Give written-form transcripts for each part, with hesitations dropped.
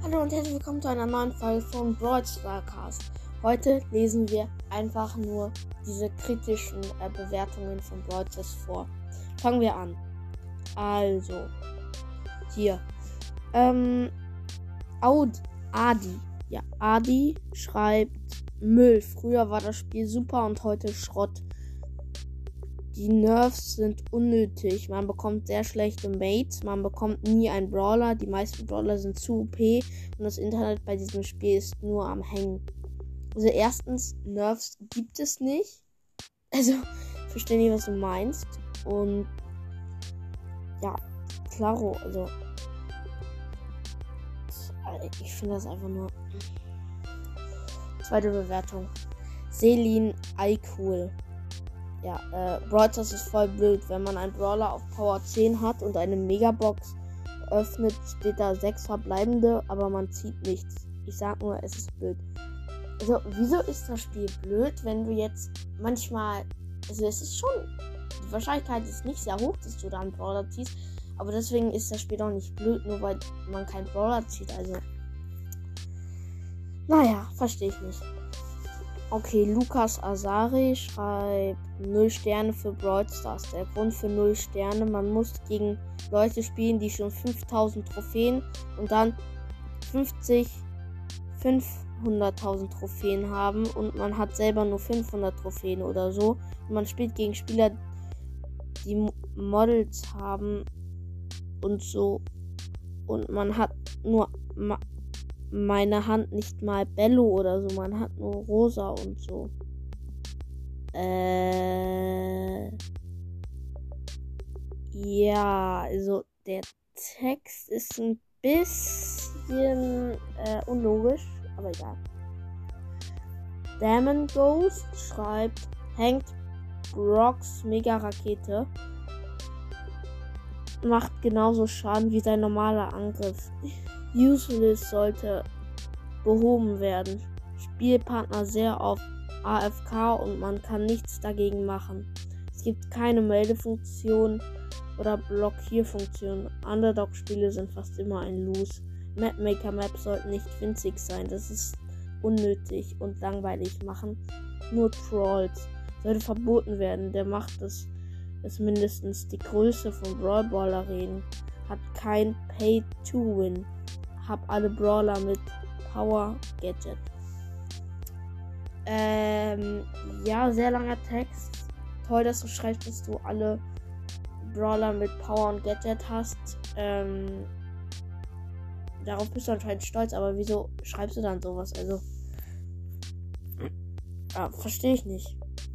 Hallo und herzlich willkommen zu einer neuen Folge von Brawl Stars Cast. Heute lesen wir einfach nur diese kritischen Bewertungen von Brawl Stars vor. Fangen wir an. Also, hier. Adi. Ja, Adi schreibt Müll. Früher war das Spiel super und heute Schrott. Die Nerfs sind unnötig. Man bekommt sehr schlechte Mates. Man bekommt nie einen Brawler. Die meisten Brawler sind zu OP. Und das Internet bei diesem Spiel ist nur am Hängen. Also erstens, Nerfs gibt es nicht. Also, ich verstehe nicht, was du meinst. Und ja, klaro. Also, ich finde das einfach nur... Zweite Bewertung. Selin iCool. Ja, Brawl Stars ist voll blöd. Wenn man einen Brawler auf Power 10 hat und eine Megabox öffnet, steht da 6 verbleibende, aber man zieht nichts. Ich sag nur, es ist blöd. Also, wieso ist das Spiel blöd, wenn du jetzt manchmal... Also, es ist schon... Die Wahrscheinlichkeit ist nicht sehr hoch, dass du da einen Brawler ziehst, aber deswegen ist das Spiel doch nicht blöd, nur weil man keinen Brawler zieht. Also, naja, verstehe ich nicht. Okay, Lukas Azari schreibt 0 Sterne für Brawl Stars. Der Grund für 0 Sterne, man muss gegen Leute spielen, die schon 5000 Trophäen und dann 500.000 Trophäen haben und man hat selber nur 500 Trophäen oder so. Und man spielt gegen Spieler, die Models haben und so. Und man hat nur... meine Hand nicht mal Bello oder so. Man hat nur Rosa und so. Ja, also der Text ist ein bisschen unlogisch, aber egal. Damon Ghost schreibt, hängt Brocks Mega-Rakete. Macht genauso Schaden wie sein normaler Angriff. Useless sollte behoben werden. Spielpartner sehr auf AFK und man kann nichts dagegen machen. Es gibt keine Meldefunktion oder Blockierfunktion. Underdog-Spiele sind fast immer ein Lose. Mapmaker-Maps sollten nicht winzig sein. Das ist unnötig und langweilig machen. Nur Trolls. Sollte verboten werden. Der macht es mindestens die Größe von Brawl Ball Arenen. Hat kein Pay-to-Win. Hab alle Brawler mit Power Gadget. Ja, sehr langer Text. Toll, dass du schreibst, dass du alle Brawler mit Power und Gadget hast. Darauf bist du anscheinend stolz, aber wieso schreibst du dann sowas? Also, ja, verstehe ich nicht.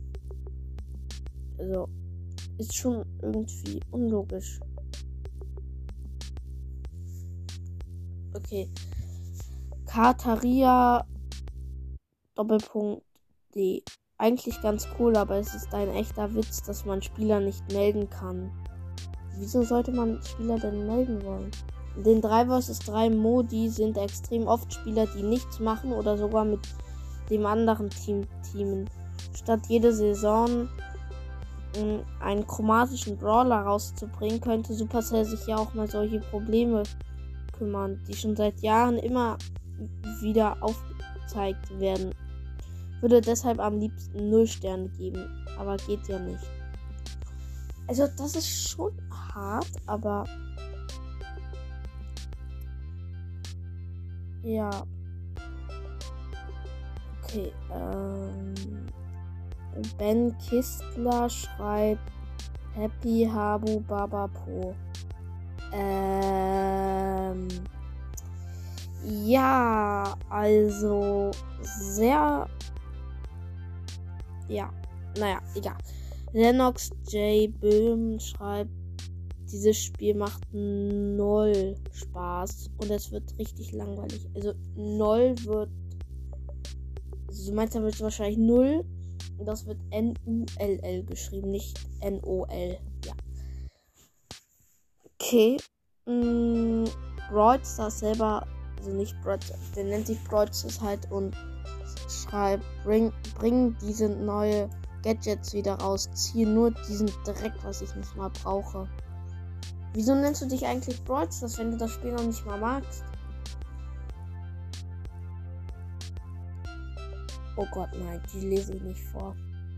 Also, ist schon irgendwie unlogisch. Okay. Kataria Doppelpunkt D. Eigentlich ganz cool, aber es ist ein echter Witz, dass man Spieler nicht melden kann. Wieso sollte man Spieler denn melden wollen? In den 3 vs 3 Modi sind extrem oft Spieler, die nichts machen oder sogar mit dem anderen Team teamen. Statt jede Saison einen chromatischen Brawler rauszubringen, könnte Supercell sich ja auch mal solche Probleme kümmern, die schon seit Jahren immer wieder aufgezeigt werden. Würde deshalb am liebsten 0 Sterne geben, aber geht ja nicht. Also das ist schon hart, aber ja. Okay, Ben Kistler schreibt Happy Habu Baba Po. Ja, also sehr... Ja, naja, egal. Lennox J. Böhm schreibt, dieses Spiel macht 0 Spaß und es wird richtig langweilig. Also 0 wird... Also du meinst damit wahrscheinlich 0 und das wird N-U-L-L geschrieben, nicht N-O-L. Ja. Okay. Brawl Stars selber, also nicht Brawl Stars, der nennt sich Brawl Stars halt und schreibt, bring diese neue Gadgets wieder raus, ziehe nur diesen Dreck, was ich nicht mal brauche. Wieso nennst du dich eigentlich Brawl Stars, wenn du das Spiel noch nicht mal magst? Oh Gott, nein, die lese ich nicht vor.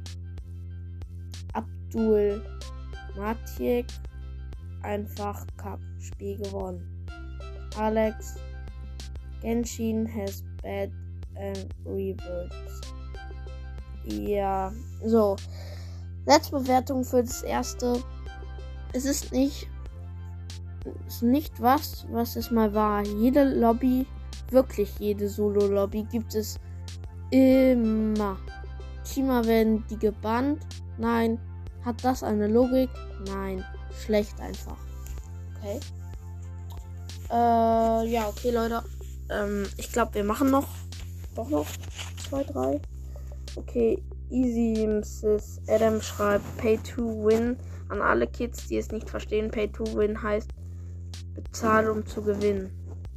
Abdul Matjek, einfach Cup, Spiel gewonnen. Alex, Genshin has bad and reverts. Ja, so. Letzte Bewertung für das erste. Es ist nicht was es mal war. Jede Lobby, wirklich jede Solo-Lobby gibt es immer. Teamer werden die gebannt. Nein. Hat das eine Logik? Nein. Schlecht einfach. Okay. Ja, okay, Leute. Ich glaube, wir machen noch 2, 3. Okay, Easy Mrs. Adam schreibt Pay to Win. An alle Kids, die es nicht verstehen, Pay to Win heißt bezahl, um zu gewinnen.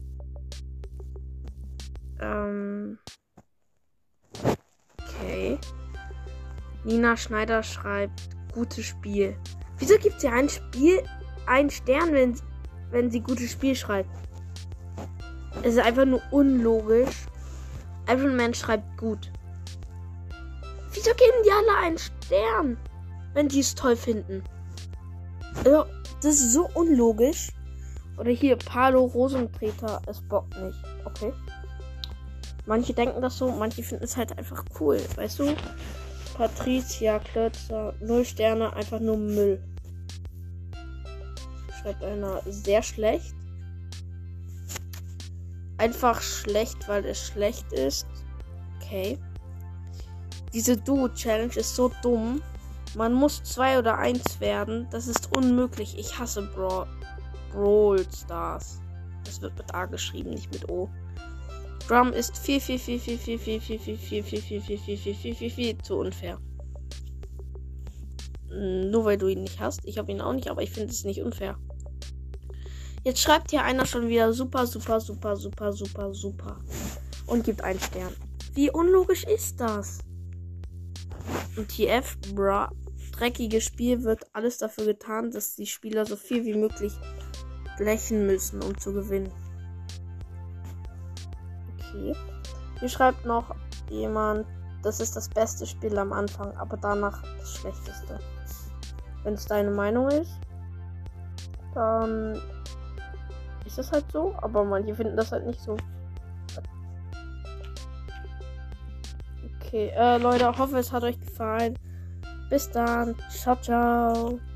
Okay. Nina Schneider schreibt gutes Spiel. Wieso gibt sie ein Spiel einen Stern, wenn sie gutes Spiel schreibt? Es ist einfach nur unlogisch. Iron Man schreibt gut. Wieso geben die alle einen Stern, wenn die es toll finden? Also, das ist so unlogisch. Oder hier, Palo Rosentreter, es bockt nicht. Okay. Manche denken das so, manche finden es halt einfach cool. Weißt du? Patricia Klötzer, 0 Sterne, einfach nur Müll. Schreibt einer sehr schlecht. Einfach schlecht, weil es schlecht ist. Okay. Diese Duo-Challenge ist so dumm. Man muss 2 oder 1 werden. Das ist unmöglich. Ich hasse Brawl Stars. Das wird mit A geschrieben, nicht mit O. Drum ist viel zu unfair. Nur weil du ihn nicht hast. Ich habe ihn auch nicht, aber ich finde es nicht unfair. Jetzt schreibt hier einer schon wieder super. Und gibt einen Stern. Wie unlogisch ist das? Und TF, dreckiges Spiel, wird alles dafür getan, dass die Spieler so viel wie möglich blechen müssen, um zu gewinnen. Okay. Hier schreibt noch jemand, das ist das beste Spiel am Anfang, aber danach das schlechteste. Wenn es deine Meinung ist, dann ist das halt so, aber manche finden das halt nicht so. Okay, Leute, hoffe es hat euch gefallen. Bis dann. Ciao, ciao.